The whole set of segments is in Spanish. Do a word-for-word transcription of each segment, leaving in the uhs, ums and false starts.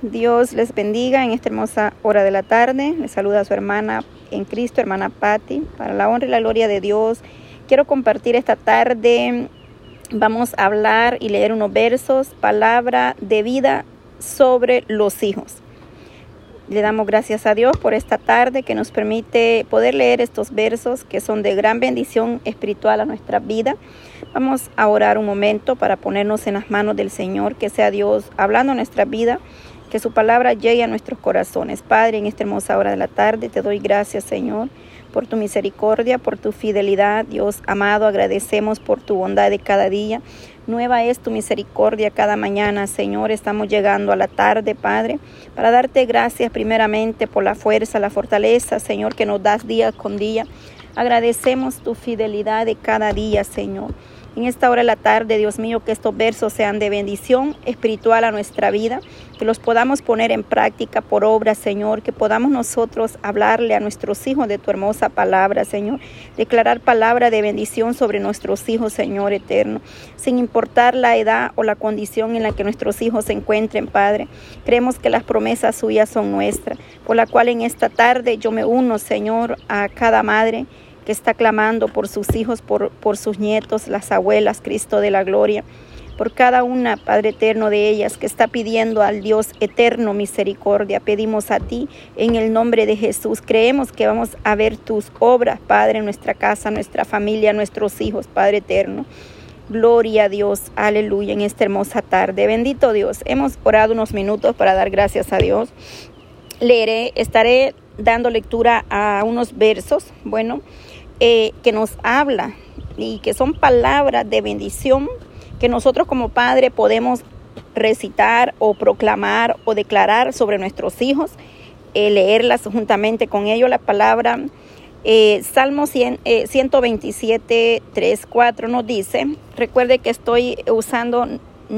Dios les bendiga en esta hermosa hora de la tarde. Les saluda a su hermana en Cristo, hermana Patti. Para la honra y la gloria de Dios, quiero compartir esta tarde. Vamos a hablar y leer unos versos, palabra de vida sobre los hijos. Le damos gracias a Dios por esta tarde que nos permite poder leer estos versos que son de gran bendición espiritual a nuestra vida. Vamos a orar un momento para ponernos en las manos del Señor, que sea Dios hablando en nuestra vida, que su palabra llegue a nuestros corazones. Padre, en esta hermosa hora de la tarde te doy gracias, Señor, por tu misericordia, por tu fidelidad. Dios amado, agradecemos por tu bondad de cada día. Nueva es tu misericordia cada mañana, Señor. Estamos llegando a la tarde, Padre, para darte gracias primeramente por la fuerza, la fortaleza, Señor, que nos das día con día. Agradecemos tu fidelidad de cada día, Señor. En esta hora de la tarde, Dios mío, que estos versos sean de bendición espiritual a nuestra vida, que los podamos poner en práctica por obra, Señor, que podamos nosotros hablarle a nuestros hijos de tu hermosa palabra, Señor, declarar palabra de bendición sobre nuestros hijos, Señor eterno, sin importar la edad o la condición en la que nuestros hijos se encuentren, Padre. Creemos que las promesas suyas son nuestras, por la cual en esta tarde yo me uno, Señor, a cada madre que está clamando por sus hijos, por, por sus nietos, las abuelas, Cristo de la gloria, por cada una, Padre eterno, de ellas que está pidiendo al Dios eterno misericordia. Pedimos a ti en el nombre de Jesús. Creemos que vamos a ver tus obras, Padre, en nuestra casa, nuestra familia, nuestros hijos, Padre eterno. Gloria a Dios, aleluya, en esta hermosa tarde. Bendito Dios. Hemos orado unos minutos para dar gracias a Dios. Leeré, estaré dando lectura a unos versos, bueno, Eh, que nos habla y que son palabras de bendición que nosotros como padre podemos recitar o proclamar o declarar sobre nuestros hijos, eh, leerlas juntamente con ellos. La palabra eh, Salmo cien, eh, ciento veintisiete, tres, cuatro nos dice, recuerde que estoy usando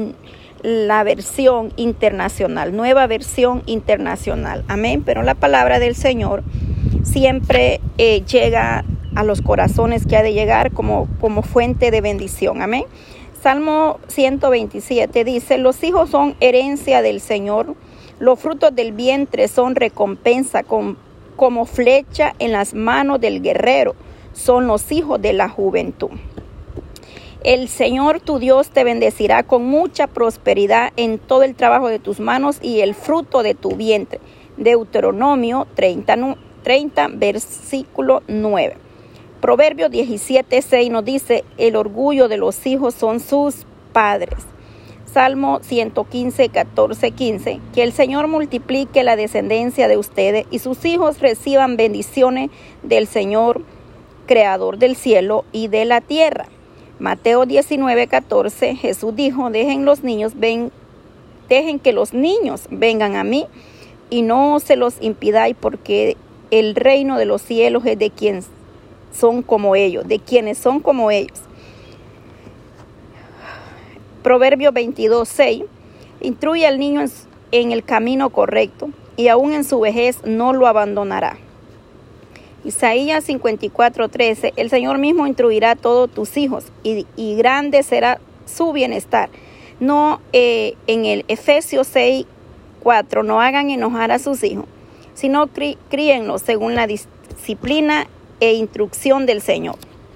la versión internacional, nueva versión internacional, amén, pero la palabra del Señor siempre eh, llega a los corazones que ha de llegar como, como fuente de bendición. Amén. Salmo ciento veintisiete dice, los hijos son herencia del Señor, los frutos del vientre son recompensa, con, como flecha en las manos del guerrero, son los hijos de la juventud. El Señor tu Dios te bendecirá con mucha prosperidad en todo el trabajo de tus manos y el fruto de tu vientre. Deuteronomio treinta, treinta versículo nueve. Proverbios diecisiete, seis nos dice, el orgullo de los hijos son sus padres. Salmo ciento quince, catorce, quince, que el Señor multiplique la descendencia de ustedes y sus hijos reciban bendiciones del Señor, creador del cielo y de la tierra. Mateo diecinueve, catorce, Jesús dijo, dejen los niños, ven, dejen que los niños vengan a mí y no se los impidáis, porque el reino de los cielos es de quien son como ellos, de quienes son como ellos. Proverbios veintidós, seis, instruye al niño en, en el camino correcto y aún en su vejez no lo abandonará. Isaías cincuenta y cuatro, trece, el Señor mismo instruirá a todos tus hijos y, y grande será su bienestar. No, eh, en el Efesios seis, cuatro, no hagan enojar a sus hijos, sino crí, críenlos según la disciplina e instrucción del Señor.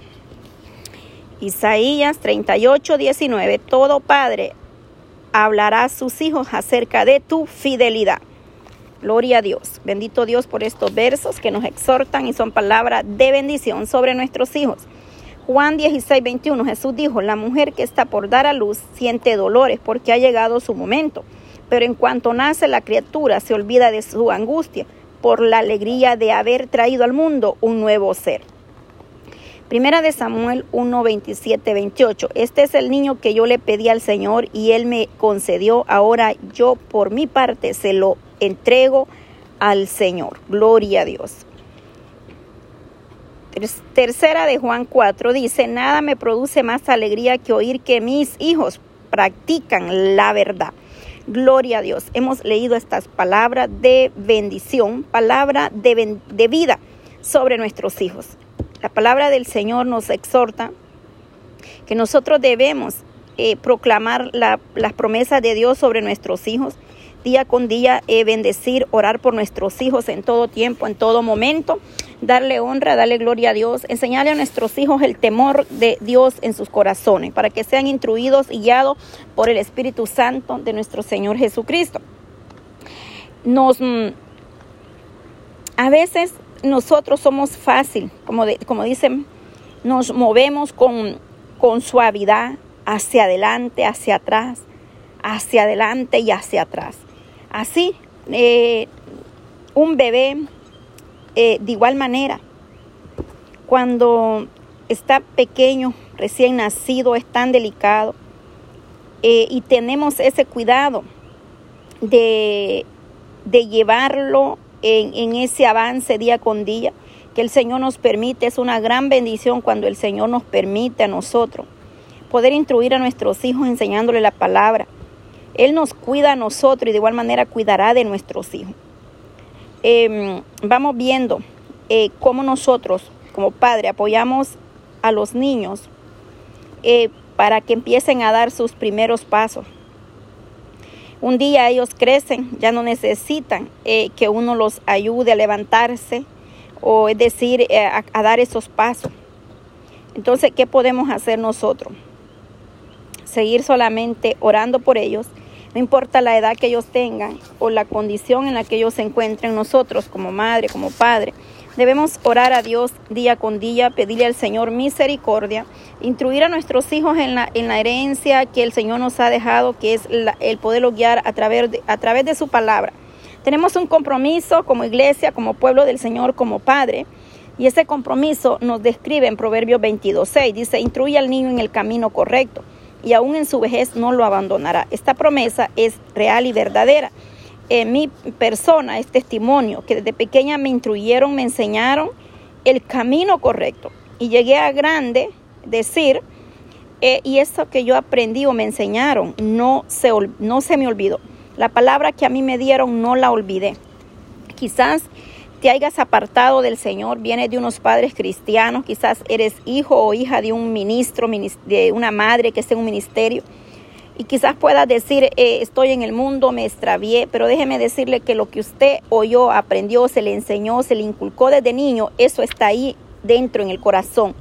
Isaías treinta y ocho, diecinueve, todo padre hablará a sus hijos acerca de tu fidelidad. Gloria a Dios. Bendito Dios por estos versos que nos exhortan y son palabras de bendición sobre nuestros hijos. Juan dieciséis, veintiuno, Jesús dijo, la mujer que está por dar a luz siente dolores porque ha llegado su momento, pero en cuanto nace la criatura se olvida de su angustia por la alegría de haber traído al mundo un nuevo ser. Primera de Samuel uno, veintisiete, veintiocho. Este es el niño que yo le pedí al Señor y Él me concedió. Ahora yo por mi parte se lo entrego al Señor. Gloria a Dios. Tercera de Juan cuatro dice, nada me produce más alegría que oír que mis hijos practican la verdad. Gloria a Dios. Hemos leído estas palabras de bendición, palabra de, ben, de vida sobre nuestros hijos. La palabra del Señor nos exhorta que nosotros debemos eh, proclamar la, las promesas de Dios sobre nuestros hijos. día con día eh, bendecir, orar por nuestros hijos en todo tiempo, en todo momento, darle honra, darle gloria a Dios, enseñarle a nuestros hijos el temor de Dios en sus corazones, para que sean instruidos y guiados por el Espíritu Santo de nuestro Señor Jesucristo. Nos, a veces nosotros somos fácil, como, de, como dicen, nos movemos con, con suavidad hacia adelante, hacia atrás, hacia adelante y hacia atrás. Así, eh, un bebé, eh, de igual manera, cuando está pequeño, recién nacido, es tan delicado, eh, y tenemos ese cuidado de, de llevarlo en, en ese avance día con día, que el Señor nos permite. Es una gran bendición cuando el Señor nos permite a nosotros poder instruir a nuestros hijos enseñándole la palabra. Él nos cuida a nosotros y de igual manera cuidará de nuestros hijos. Eh, vamos viendo eh, cómo nosotros, como padres, apoyamos a los niños eh, para que empiecen a dar sus primeros pasos. Un día ellos crecen, ya no necesitan eh, que uno los ayude a levantarse, o es decir, eh, a, a dar esos pasos. Entonces, ¿qué podemos hacer nosotros? Seguir solamente orando por ellos, no importa la edad que ellos tengan o la condición en la que ellos se encuentren. Nosotros como madre, como padre, debemos orar a Dios día con día, pedirle al Señor misericordia, instruir a nuestros hijos en la, en la herencia que el Señor nos ha dejado, que es la, el poderlo guiar a través, de, a través de su palabra. Tenemos un compromiso como iglesia, como pueblo del Señor, como padre, y ese compromiso nos describe en Proverbios veintidós seis. Dice, instruye al niño en el camino correcto, y aún en su vejez no lo abandonará. Esta promesa es real y verdadera. En mi persona es testimonio que desde pequeña me instruyeron, me enseñaron el camino correcto. Y llegué a grande decir, eh, y eso que yo aprendí o me enseñaron, no se, no se me olvidó. La palabra que a mí me dieron no la olvidé. Quizás te hayas apartado del Señor, vienes de unos padres cristianos, quizás eres hijo o hija de un ministro, de una madre que esté en un ministerio, y quizás puedas decir, eh, estoy en el mundo, me extravié, pero déjeme decirle que lo que usted oyó, aprendió, se le enseñó, se le inculcó desde niño, eso está ahí dentro en el corazón.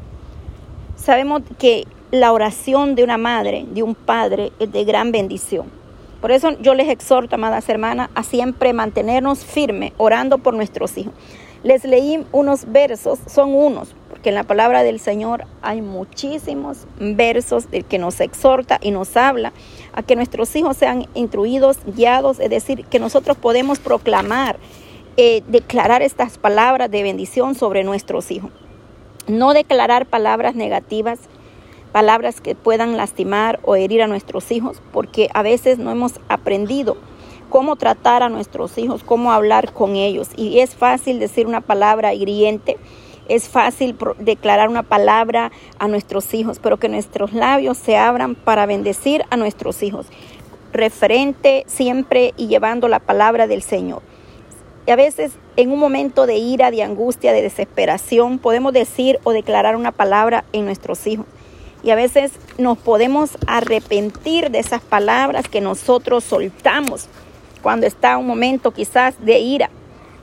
Sabemos que la oración de una madre, de un padre, es de gran bendición. Por eso yo les exhorto, amadas hermanas, a siempre mantenernos firmes, orando por nuestros hijos. Les leí unos versos, son unos, porque en la palabra del Señor hay muchísimos versos del que nos exhorta y nos habla a que nuestros hijos sean instruidos, guiados, es decir, que nosotros podemos proclamar, eh, declarar estas palabras de bendición sobre nuestros hijos. No declarar palabras negativas, palabras que puedan lastimar o herir a nuestros hijos, porque a veces no hemos aprendido cómo tratar a nuestros hijos, cómo hablar con ellos. Y es fácil decir una palabra hiriente, es fácil declarar una palabra a nuestros hijos, pero que nuestros labios se abran para bendecir a nuestros hijos, referente siempre y llevando la palabra del Señor. Y a veces en un momento de ira, de angustia, de desesperación, podemos decir o declarar una palabra en nuestros hijos. Y a veces nos podemos arrepentir de esas palabras que nosotros soltamos cuando está un momento quizás de ira.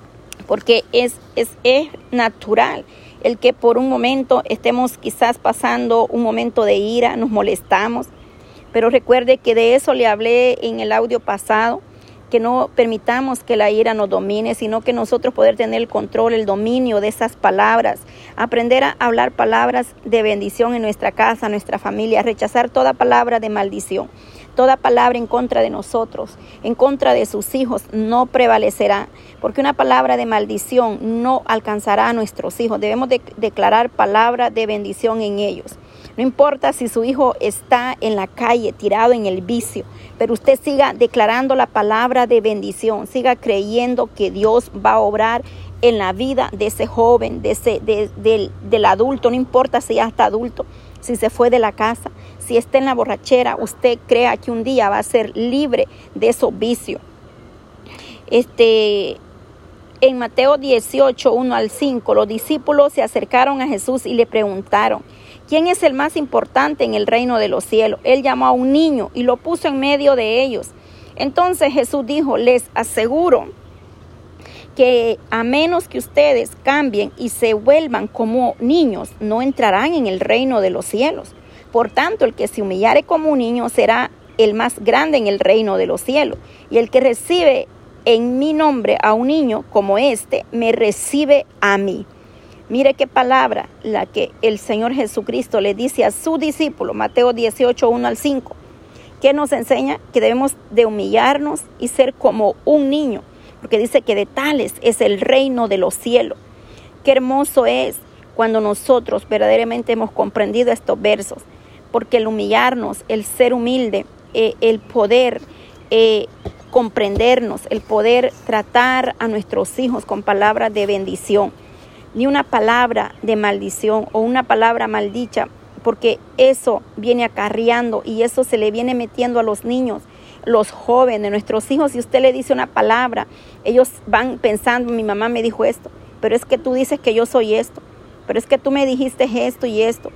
Porque es, es, es natural el que por un momento estemos quizás pasando un momento de ira, nos molestamos. Pero recuerde que de eso le hablé en el audio pasado, que no permitamos que la ira nos domine, sino que nosotros poder tener el control, el dominio de esas palabras, aprender a hablar palabras de bendición en nuestra casa, nuestra familia, rechazar toda palabra de maldición, toda palabra en contra de nosotros, en contra de sus hijos, no prevalecerá, porque una palabra de maldición no alcanzará a nuestros hijos. Debemos de declarar palabra de bendición en ellos. No importa si su hijo está en la calle, tirado en el vicio, pero usted siga declarando la palabra de bendición, siga creyendo que Dios va a obrar en la vida de ese joven, de ese, de, de, del adulto, no importa si ya está adulto, si se fue de la casa, si está en la borrachera, usted crea que un día va a ser libre de esos vicios. Este... En Mateo dieciocho, uno al cinco, los discípulos se acercaron a Jesús y le preguntaron, ¿quién es el más importante en el reino de los cielos? Él llamó a un niño y lo puso en medio de ellos. Entonces Jesús dijo, les aseguro que a menos que ustedes cambien y se vuelvan como niños, no entrarán en el reino de los cielos. Por tanto, el que se humillare como un niño será el más grande en el reino de los cielos. Y el que recibe en mi nombre a un niño como este, me recibe a mí. Mire qué palabra la que el Señor Jesucristo le dice a su discípulo, Mateo dieciocho, uno al cinco, que nos enseña que debemos de humillarnos y ser como un niño, porque dice que de tales es el reino de los cielos. Qué hermoso es cuando nosotros verdaderamente hemos comprendido estos versos, porque el humillarnos, el ser humilde, eh, el poder eh, comprendernos, el poder tratar a nuestros hijos con palabras de bendición, ni una palabra de maldición o una palabra maldicha, porque eso viene acarreando y eso se le viene metiendo a los niños, los jóvenes, nuestros hijos. Si usted le dice una palabra, ellos van pensando, mi mamá me dijo esto, pero es que tú dices que yo soy esto, pero es que tú me dijiste esto y esto.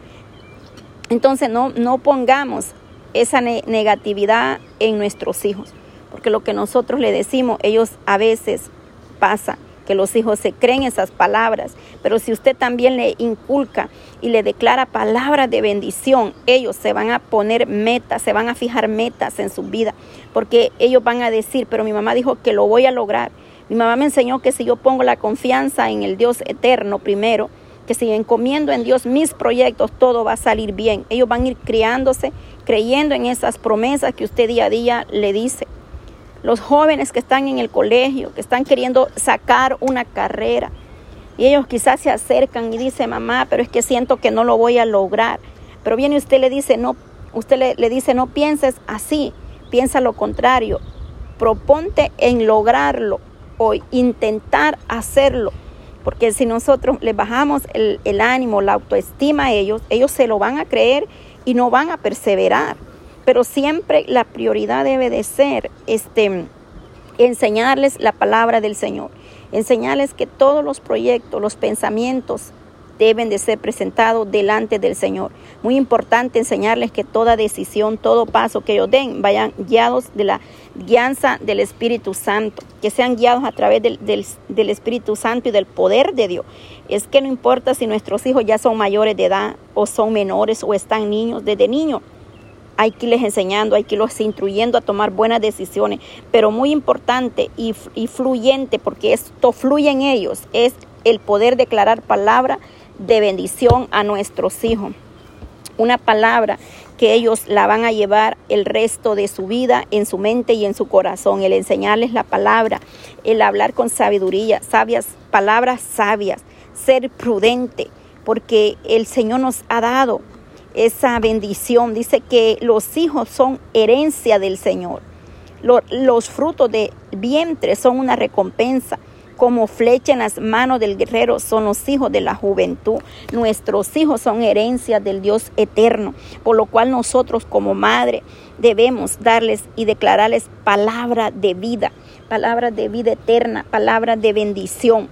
Entonces no, no pongamos esa ne- negatividad en nuestros hijos, porque lo que nosotros le decimos, ellos a veces pasa que los hijos se creen esas palabras, pero si usted también le inculca y le declara palabras de bendición, ellos se van a poner metas, se van a fijar metas en su vida, porque ellos van a decir, pero mi mamá dijo que lo voy a lograr. Mi mamá me enseñó que si yo pongo la confianza en el Dios eterno primero, que si encomiendo en Dios mis proyectos, todo va a salir bien. Ellos van a ir criándose, creyendo en esas promesas que usted día a día le dice. Los jóvenes que están en el colegio, que están queriendo sacar una carrera, y ellos quizás se acercan y dicen, mamá, pero es que siento que no lo voy a lograr. Pero viene usted le dice, no, usted le, le dice, no pienses así, piensa lo contrario. Proponte en lograrlo o intentar hacerlo. Porque si nosotros les bajamos el, el ánimo, la autoestima a ellos, ellos se lo van a creer y no van a perseverar. Pero siempre la prioridad debe de ser este, enseñarles la palabra del Señor. Enseñarles que todos los proyectos, los pensamientos deben de ser presentados delante del Señor. Muy importante enseñarles que toda decisión, todo paso que ellos den, vayan guiados de la guianza del Espíritu Santo. Que sean guiados a través del, del, del Espíritu Santo y del poder de Dios. Es que no importa si nuestros hijos ya son mayores de edad o son menores o están niños, desde niños. Hay que irles enseñando, hay que irlos instruyendo a tomar buenas decisiones, pero muy importante y, y fluyente, porque esto fluye en ellos, es el poder declarar palabra de bendición a nuestros hijos. Una palabra que ellos la van a llevar el resto de su vida en su mente y en su corazón, el enseñarles la palabra, el hablar con sabiduría, sabias, palabras sabias, ser prudente, porque el Señor nos ha dado esa bendición. Dice que los hijos son herencia del Señor. Los, los frutos del vientre son una recompensa. Como flecha en las manos del guerrero son los hijos de la juventud. Nuestros hijos son herencia del Dios eterno, por lo cual nosotros como madre debemos darles y declararles palabra de vida, palabras de vida eterna, palabras de bendición,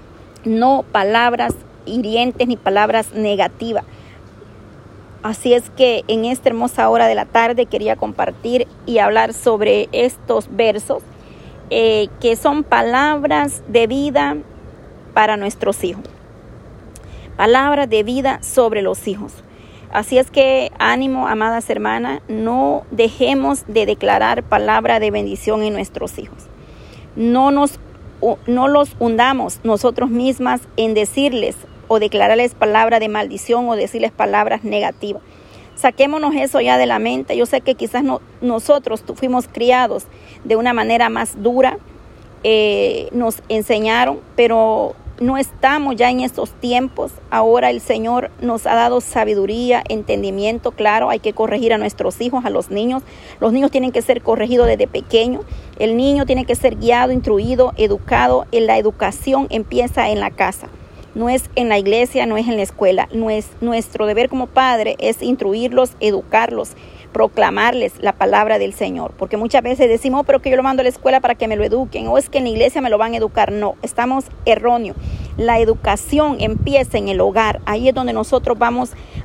no palabras hirientes ni palabras negativas. Así es que en esta hermosa hora de la tarde quería compartir y hablar sobre estos versos eh, que son palabras de vida para nuestros hijos. Palabras de vida sobre los hijos. Así es que ánimo, amadas hermanas, no dejemos de declarar palabra de bendición en nuestros hijos. No nos, no los hundamos nosotros mismas en decirles o declararles palabra de maldición o decirles palabras negativas. Saquémonos eso ya de la mente. Yo sé que quizás no, nosotros fuimos criados de una manera más dura, eh, nos enseñaron, pero no estamos ya en estos tiempos. Ahora el Señor nos ha dado sabiduría, entendimiento. Claro, hay que corregir a nuestros hijos, a los niños. Los niños tienen que ser corregidos desde pequeños. El niño tiene que ser guiado, instruido, educado. En la educación empieza en la casa. No es en la iglesia, no es en la escuela. No es, nuestro deber como padre es instruirlos, educarlos, proclamarles la palabra del Señor. Porque muchas veces decimos, oh, pero que yo lo mando a la escuela para que me lo eduquen. O es que en la iglesia me lo van a educar. No, estamos erróneos. La educación empieza en el hogar. Ahí es donde nosotros vamos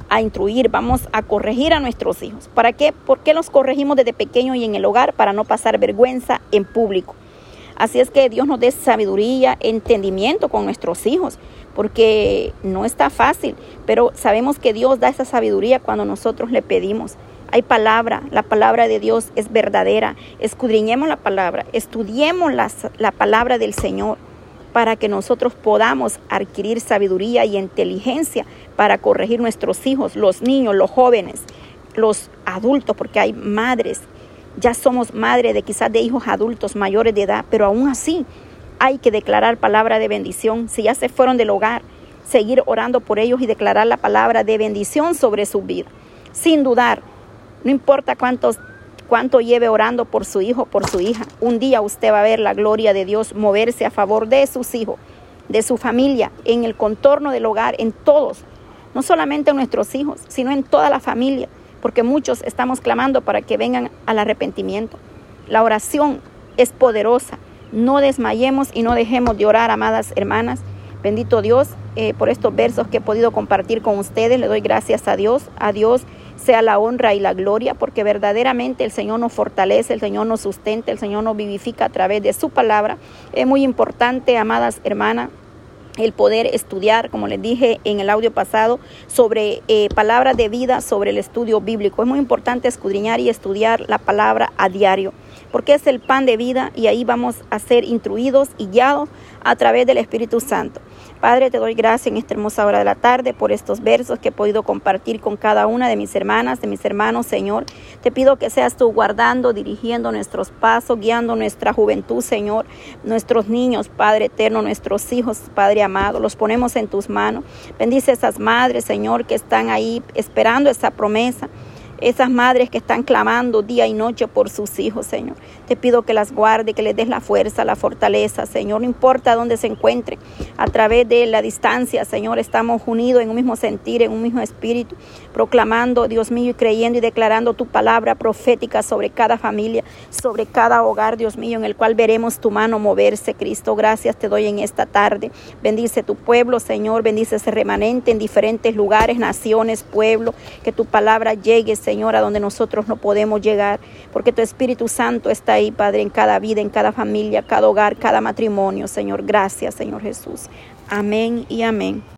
a instruir, vamos a corregir a nuestros hijos. ¿Para qué? ¿Por qué los corregimos desde pequeños y en el hogar? Para no pasar vergüenza en público. Así es que Dios nos dé sabiduría, entendimiento con nuestros hijos, porque no está fácil, pero sabemos que Dios da esa sabiduría cuando nosotros le pedimos. Hay palabra, la palabra de Dios es verdadera. Escudriñemos la palabra, estudiemos la, la palabra del Señor para que nosotros podamos adquirir sabiduría y inteligencia para corregir nuestros hijos, los niños, los jóvenes, los adultos, porque hay madres. Ya somos madres de quizás de hijos adultos mayores de edad, pero aún así hay que declarar palabra de bendición. Si ya se fueron del hogar, seguir orando por ellos y declarar la palabra de bendición sobre su vida, sin dudar. No importa cuántos, cuánto lleve orando por su hijo, por su hija. Un día usted va a ver la gloria de Dios moverse a favor de sus hijos, de su familia, en el contorno del hogar, en todos. No solamente en nuestros hijos, sino en toda la familia. Porque muchos estamos clamando para que vengan al arrepentimiento. La oración es poderosa. No desmayemos y no dejemos de orar, amadas hermanas. Bendito Dios eh, por estos versos que he podido compartir con ustedes. Le doy gracias a Dios. A Dios sea la honra y la gloria, porque verdaderamente el Señor nos fortalece, el Señor nos sustenta, el Señor nos vivifica a través de su palabra. Es muy importante, amadas hermanas, el poder estudiar, como les dije en el audio pasado, sobre eh, palabras de vida, sobre el estudio bíblico. Es muy importante escudriñar y estudiar la palabra a diario, porque es el pan de vida y ahí vamos a ser instruidos y guiados a través del Espíritu Santo. Padre, te doy gracias en esta hermosa hora de la tarde por estos versos que he podido compartir con cada una de mis hermanas, de mis hermanos, Señor. Te pido que seas tú guardando, dirigiendo nuestros pasos, guiando nuestra juventud, Señor, nuestros niños, Padre eterno, nuestros hijos, Padre amado, los ponemos en tus manos. Bendice a esas madres, Señor, que están ahí esperando esa promesa. Esas madres que están clamando día y noche por sus hijos, Señor. Te pido que las guarde, que les des la fuerza, la fortaleza, Señor. No importa dónde se encuentre, a través de la distancia, Señor, estamos unidos en un mismo sentir, en un mismo espíritu, proclamando, Dios mío, y creyendo y declarando tu palabra profética sobre cada familia, sobre cada hogar, Dios mío, en el cual veremos tu mano moverse, Cristo. Gracias te doy en esta tarde. Bendice tu pueblo, Señor. Bendice ese remanente en diferentes lugares, naciones, pueblo. Que tu palabra llegue, Señor. Señor, a donde nosotros no podemos llegar, porque tu Espíritu Santo está ahí, Padre, en cada vida, en cada familia, cada hogar, cada matrimonio, Señor. Gracias, Señor Jesús. Amén y amén.